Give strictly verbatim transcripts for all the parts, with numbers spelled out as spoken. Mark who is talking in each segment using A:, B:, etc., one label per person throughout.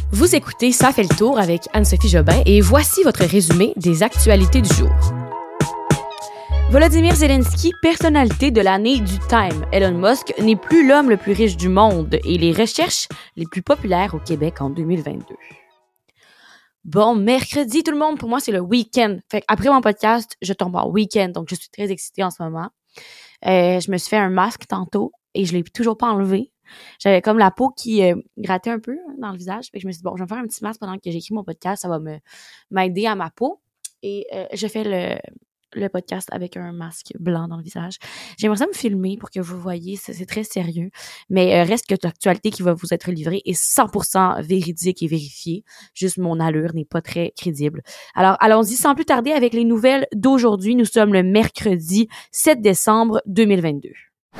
A: Vous écoutez Ça fait le tour avec Anne-Sophie Jobin et voici votre résumé des actualités du jour. Volodymyr Zelensky, personnalité de l'année du Time. Elon Musk n'est plus l'homme le plus riche du monde et les recherches les plus populaires au Québec en deux mille vingt-deux. Bon, mercredi tout le monde, pour moi c'est le week-end. Fait après mon podcast, je tombe en week-end, donc je suis très excitée en ce moment. Euh, je me suis fait un masque tantôt et je l'ai toujours pas enlevé. J'avais comme la peau qui euh, grattait un peu dans le visage. Fait que je me suis dit, bon, je vais me faire un petit masque pendant que j'écris mon podcast. Ça va me m'aider à ma peau. Et euh, je fais le, le podcast avec un masque blanc dans le visage. J'aimerais ça me filmer pour que vous voyez. C'est, c'est très sérieux. Mais euh, reste que l'actualité qui va vous être livrée est cent pour cent véridique et vérifiée. Juste mon allure n'est pas très crédible. Alors, allons-y sans plus tarder avec les nouvelles d'aujourd'hui. Nous sommes le mercredi sept décembre deux mille vingt-deux.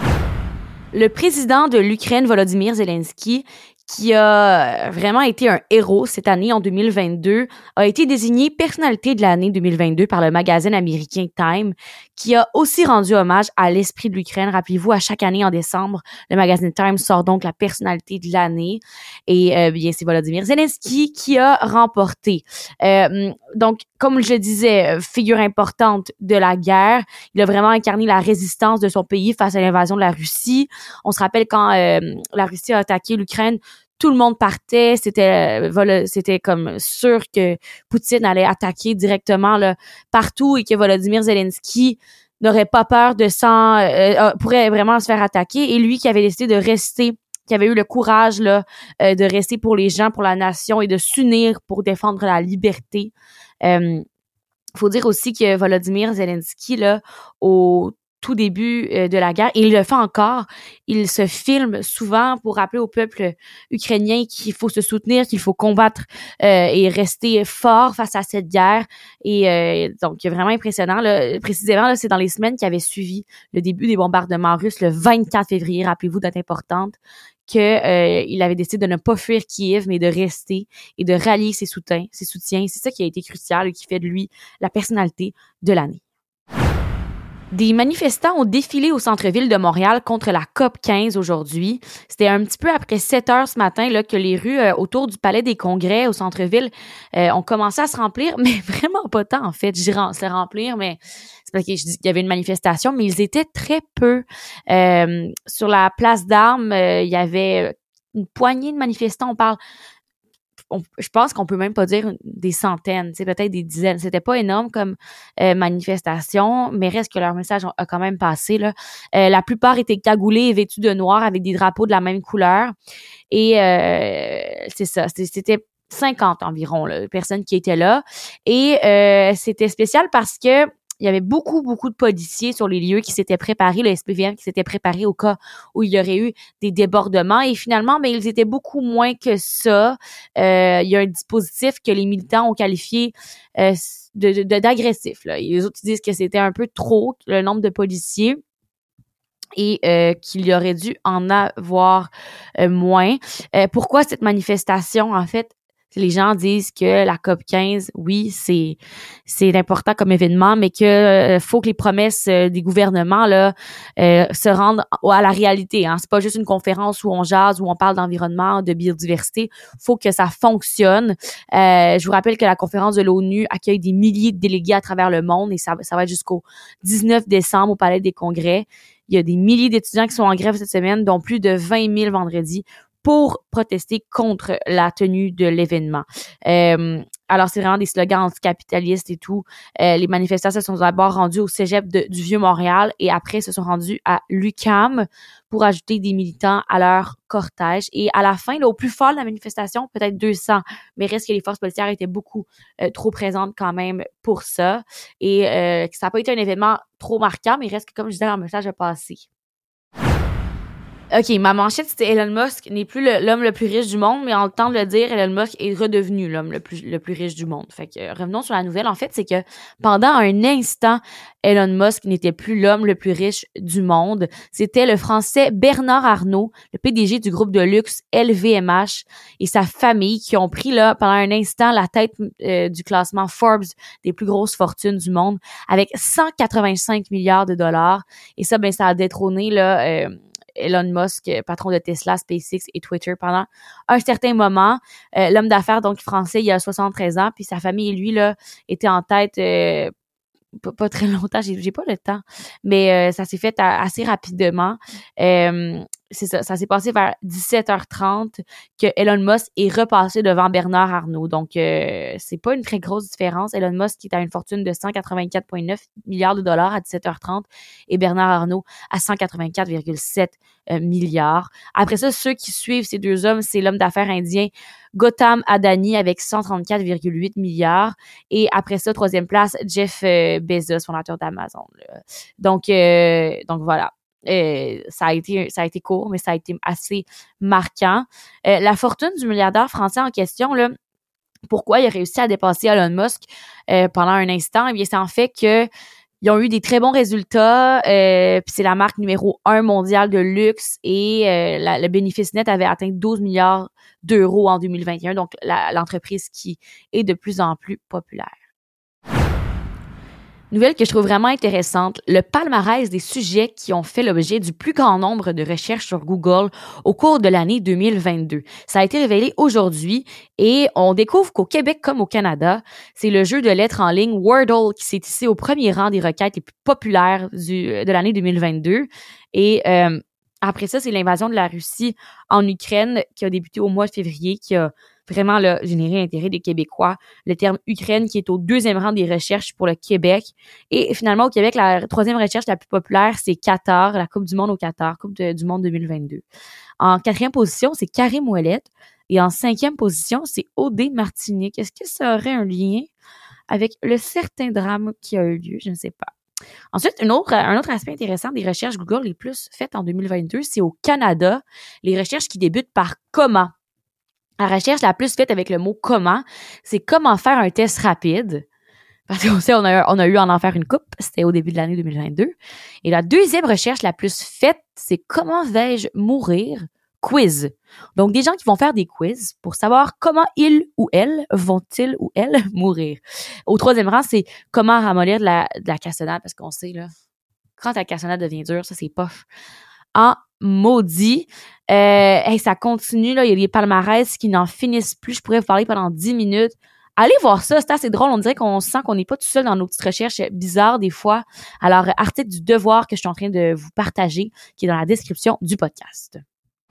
A: Le président de l'Ukraine, Volodymyr Zelensky, qui a vraiment été un héros cette année en deux mille vingt-deux, a été désigné personnalité de l'année deux mille vingt-deux par le magazine américain Time, qui a aussi rendu hommage à l'esprit de l'Ukraine. Rappelez-vous, à chaque année en décembre, le magazine Time sort donc la personnalité de l'année. Et euh, bien, c'est Volodymyr Zelensky qui a remporté. Euh, donc, comme je le disais, figure importante de la guerre. Il a vraiment incarné la résistance de son pays face à l'invasion de la Russie. On se rappelle quand euh, la Russie a attaqué l'Ukraine, tout le monde partait, c'était euh, voilà, c'était comme sûr que Poutine allait attaquer directement là, partout et que Volodymyr Zelensky n'aurait pas peur de s'en euh, pourrait vraiment se faire attaquer, et lui qui avait décidé de rester, qui avait eu le courage là euh, de rester pour les gens, pour la nation et de s'unir pour défendre la liberté. Euh, faut dire aussi que Volodymyr Zelensky là au tout début euh, de la guerre, et il le fait encore, il se filme souvent pour rappeler au peuple ukrainien qu'il faut se soutenir, qu'il faut combattre euh, et rester fort face à cette guerre. Et euh, donc, vraiment impressionnant. Là, précisément, là, c'est dans les semaines qui avaient suivi le début des bombardements russes, le vingt-quatre février, rappelez-vous, date importante, que euh, il avait décidé de ne pas fuir Kiev, mais de rester et de rallier ses soutiens. Ses soutiens. C'est ça qui a été crucial et qui fait de lui la personnalité de l'année. Des manifestants ont défilé au centre-ville de Montréal contre la C O P quinze aujourd'hui. C'était un petit peu après sept heures ce matin là, que les rues euh, autour du Palais des Congrès au centre-ville euh, ont commencé à se remplir, mais vraiment pas tant en fait. Je dirais se remplir, mais c'est parce qu'il y avait une manifestation, mais ils étaient très peu. Euh, sur la place d'Armes, euh, il y avait une poignée de manifestants. On parle... On, je pense qu'on peut même pas dire des centaines, c'est peut-être des dizaines. C'était pas énorme comme euh, manifestation, mais reste que leur message a quand même passé là. Euh, la plupart étaient cagoulés et vêtus de noir avec des drapeaux de la même couleur. Et euh, c'est ça, c'était cinquante environ là, personnes qui étaient là. Et euh, c'était spécial parce que il y avait beaucoup, beaucoup de policiers sur les lieux qui s'étaient préparés, le S P V M qui s'était préparé au cas où il y aurait eu des débordements. Et finalement, mais ils étaient beaucoup moins que ça. Euh, il y a un dispositif que les militants ont qualifié euh, de, de, d'agressif. Là. Et les autres disent que c'était un peu trop, le nombre de policiers, et euh, qu'il y aurait dû en avoir euh, moins. Euh, pourquoi cette manifestation, en fait? Les gens disent que la C O P quinze, oui, c'est c'est important comme événement, mais que euh, faut que les promesses euh, des gouvernements là euh, se rendent à la réalité. Hein. C'est pas juste une conférence où on jase, où on parle d'environnement, de biodiversité. Faut que ça fonctionne. Euh, je vous rappelle que la conférence de l'ONU accueille des milliers de délégués à travers le monde, et ça, ça va être jusqu'au dix-neuf décembre au Palais des Congrès. Il y a des milliers d'étudiants qui sont en grève cette semaine, dont plus de vingt mille vendredi, pour protester contre la tenue de l'événement. Euh, alors, c'est vraiment des slogans anticapitalistes et tout. Euh, les manifestants se sont d'abord rendus au cégep de, du Vieux-Montréal et après se sont rendus à l'U Q A M pour ajouter des militants à leur cortège. Et à la fin, là, au plus fort de la manifestation, peut-être deux cents, mais reste que les forces policières étaient beaucoup euh, trop présentes quand même pour ça. Et euh, ça n'a pas été un événement trop marquant, mais reste que, comme je disais, leur message a passé. OK, ma manchette, c'était Elon Musk n'est plus le, l'homme le plus riche du monde, mais en le temps de le dire, Elon Musk est redevenu l'homme le plus, le plus riche du monde. Fait que, euh, revenons sur la nouvelle. En fait, c'est que pendant un instant, Elon Musk n'était plus l'homme le plus riche du monde. C'était le Français Bernard Arnault, le P D G du groupe de luxe L V M H, et sa famille qui ont pris, là, pendant un instant, la tête euh, du classement Forbes des plus grosses fortunes du monde avec cent quatre-vingt-cinq milliards de dollars. Et ça, ben, ça a détrôné, là, euh, Elon Musk, patron de Tesla, SpaceX et Twitter pendant un certain moment. Euh, l'homme d'affaires, donc français, il a soixante-treize ans, puis sa famille et lui, là, étaient en tête euh, pas, pas très longtemps, j'ai, j'ai pas le temps, mais euh, ça s'est fait à, assez rapidement. Euh, c'est ça, ça s'est passé vers dix-sept heures trente que Elon Musk est repassé devant Bernard Arnault. Donc, euh, c'est pas une très grosse différence. Elon Musk qui est à une fortune de cent quatre-vingt-quatre virgule neuf milliards de dollars à dix-sept heures trente et Bernard Arnault à cent quatre-vingt-quatre virgule sept euh, milliards. Après ça, ceux qui suivent ces deux hommes, c'est l'homme d'affaires indien Gautam Adani avec cent trente-quatre virgule huit milliards. Et après ça, troisième place, Jeff euh, Bezos, fondateur d'Amazon. Là. Donc, euh, donc voilà. Euh, ça a été ça a été court, mais ça a été assez marquant. Euh, la fortune du milliardaire français en question, là, pourquoi il a réussi à dépasser Elon Musk euh, pendant un instant? Eh bien, c'est en fait que ils ont eu des très bons résultats, euh, puis c'est la marque numéro un mondiale de luxe et euh, la, le bénéfice net avait atteint douze milliards d'euros en deux mille vingt et un, donc la, l'entreprise qui est de plus en plus populaire. Nouvelle que je trouve vraiment intéressante, le palmarès des sujets qui ont fait l'objet du plus grand nombre de recherches sur Google au cours de l'année deux mille vingt-deux. Ça a été révélé aujourd'hui et on découvre qu'au Québec comme au Canada, c'est le jeu de lettres en ligne Wordle qui s'est hissé au premier rang des requêtes les plus populaires du, de l'année deux mille vingt-deux. Et euh, après ça, c'est l'invasion de la Russie en Ukraine qui a débuté au mois de février, qui a vraiment là, généré l'intérêt des Québécois. Le terme Ukraine qui est au deuxième rang des recherches pour le Québec. Et finalement, au Québec, la troisième recherche la plus populaire, c'est Qatar, la Coupe du monde au Qatar, Coupe de, du monde deux mille vingt-deux. En quatrième position, c'est Karim Ouellet. Et en cinquième position, c'est Odé Martinique. Est-ce que ça aurait un lien avec le certain drame qui a eu lieu? Je ne sais pas. Ensuite, une autre, un autre aspect intéressant des recherches Google les plus faites en deux mille vingt-deux, c'est au Canada, les recherches qui débutent par comment. La recherche la plus faite avec le mot « comment », c'est comment faire un test rapide. Parce qu'on sait, on a, on a eu à en faire une coupe, c'était au début de l'année deux mille vingt-deux. Et la deuxième recherche la plus faite, c'est « comment vais-je mourir ?» Quiz. Donc, des gens qui vont faire des quiz pour savoir comment ils ou elles vont-ils ou elles mourir. Au troisième rang, c'est « comment ramollir de la, de la cassonade », parce qu'on sait, là, quand la cassonade devient dure, ça, c'est pof. En maudit. Euh, hey, ça continue, là. Il y a des palmarès qui n'en finissent plus. Je pourrais vous parler pendant dix minutes. Allez voir ça, c'est assez drôle. On dirait qu'on sent qu'on n'est pas tout seul dans nos petites recherches bizarres des fois. Alors, article du Devoir que je suis en train de vous partager, qui est dans la description du podcast.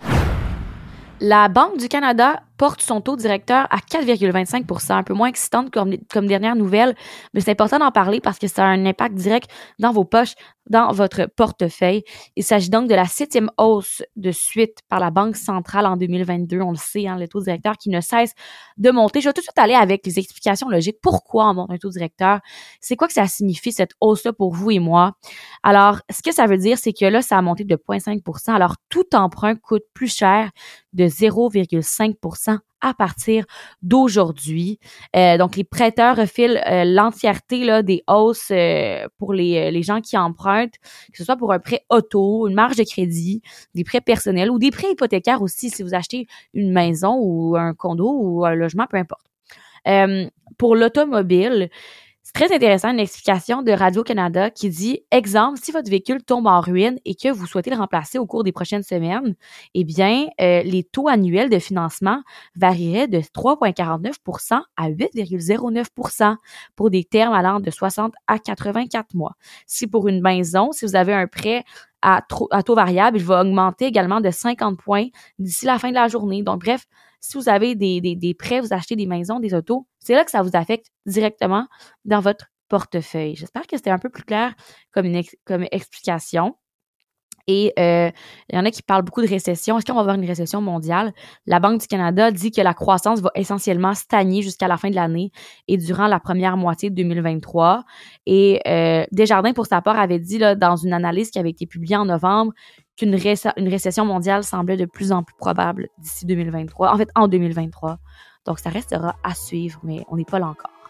A: La Banque du Canada porte son taux directeur à quatre virgule vingt-cinq pour cent, un peu moins excitante comme, comme dernière nouvelle, mais c'est important d'en parler parce que ça a un impact direct dans vos poches, dans votre portefeuille. Il s'agit donc de la septième hausse de suite par la Banque centrale en deux mille vingt-deux. On le sait, hein, le taux directeur qui ne cesse de monter. Je vais tout de suite aller avec les explications logiques. Pourquoi on monte un taux directeur? C'est quoi que ça signifie, cette hausse-là, pour vous et moi? Alors, ce que ça veut dire, c'est que là, ça a monté de zéro virgule cinq pour cent. Alors, tout emprunt coûte plus cher de zéro virgule cinq pour cent à partir d'aujourd'hui. Euh, donc, les prêteurs refilent euh, l'entièreté là, des hausses euh, pour les, les gens qui empruntent, que ce soit pour un prêt auto, une marge de crédit, des prêts personnels ou des prêts hypothécaires aussi si vous achetez une maison ou un condo ou un logement, peu importe. Euh, pour l'automobile, c'est très intéressant, une explication de Radio-Canada qui dit, exemple, si votre véhicule tombe en ruine et que vous souhaitez le remplacer au cours des prochaines semaines, eh bien, euh, les taux annuels de financement varieraient de trois virgule quarante-neuf pour cent à huit virgule zéro neuf pour cent pour des termes allant de soixante à quatre-vingt-quatre mois. Si pour une maison, si vous avez un prêt à, tro- à taux variable, il va augmenter également de cinquante points d'ici la fin de la journée. Donc, bref, si vous avez des, des, des prêts, vous achetez des maisons, des autos, c'est là que ça vous affecte directement dans votre portefeuille. J'espère que c'était un peu plus clair comme, une ex, comme explication. Et euh, il y en a qui parlent beaucoup de récession. Est-ce qu'on va avoir une récession mondiale? La Banque du Canada dit que la croissance va essentiellement stagner jusqu'à la fin de l'année et durant la première moitié de deux mille vingt-trois. Et euh, Desjardins, pour sa part, avait dit là, dans une analyse qui avait été publiée en novembre qu'une réce- une récession mondiale semblait de plus en plus probable d'ici deux mille vingt-trois. En fait, en deux mille vingt-trois. Donc, ça restera à suivre, mais on n'est pas là encore.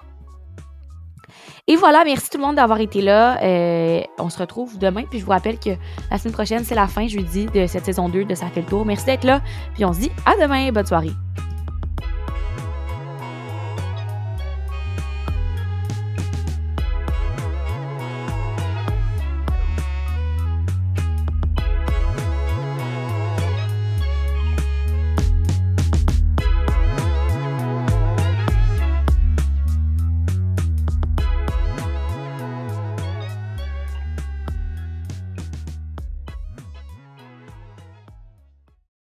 A: Et voilà, merci tout le monde d'avoir été là. Euh, on se retrouve demain. Puis je vous rappelle que la semaine prochaine, c'est la fin, jeudi, de cette saison deux de Ça fait le tour. Merci d'être là. Puis on se dit à demain. Bonne soirée.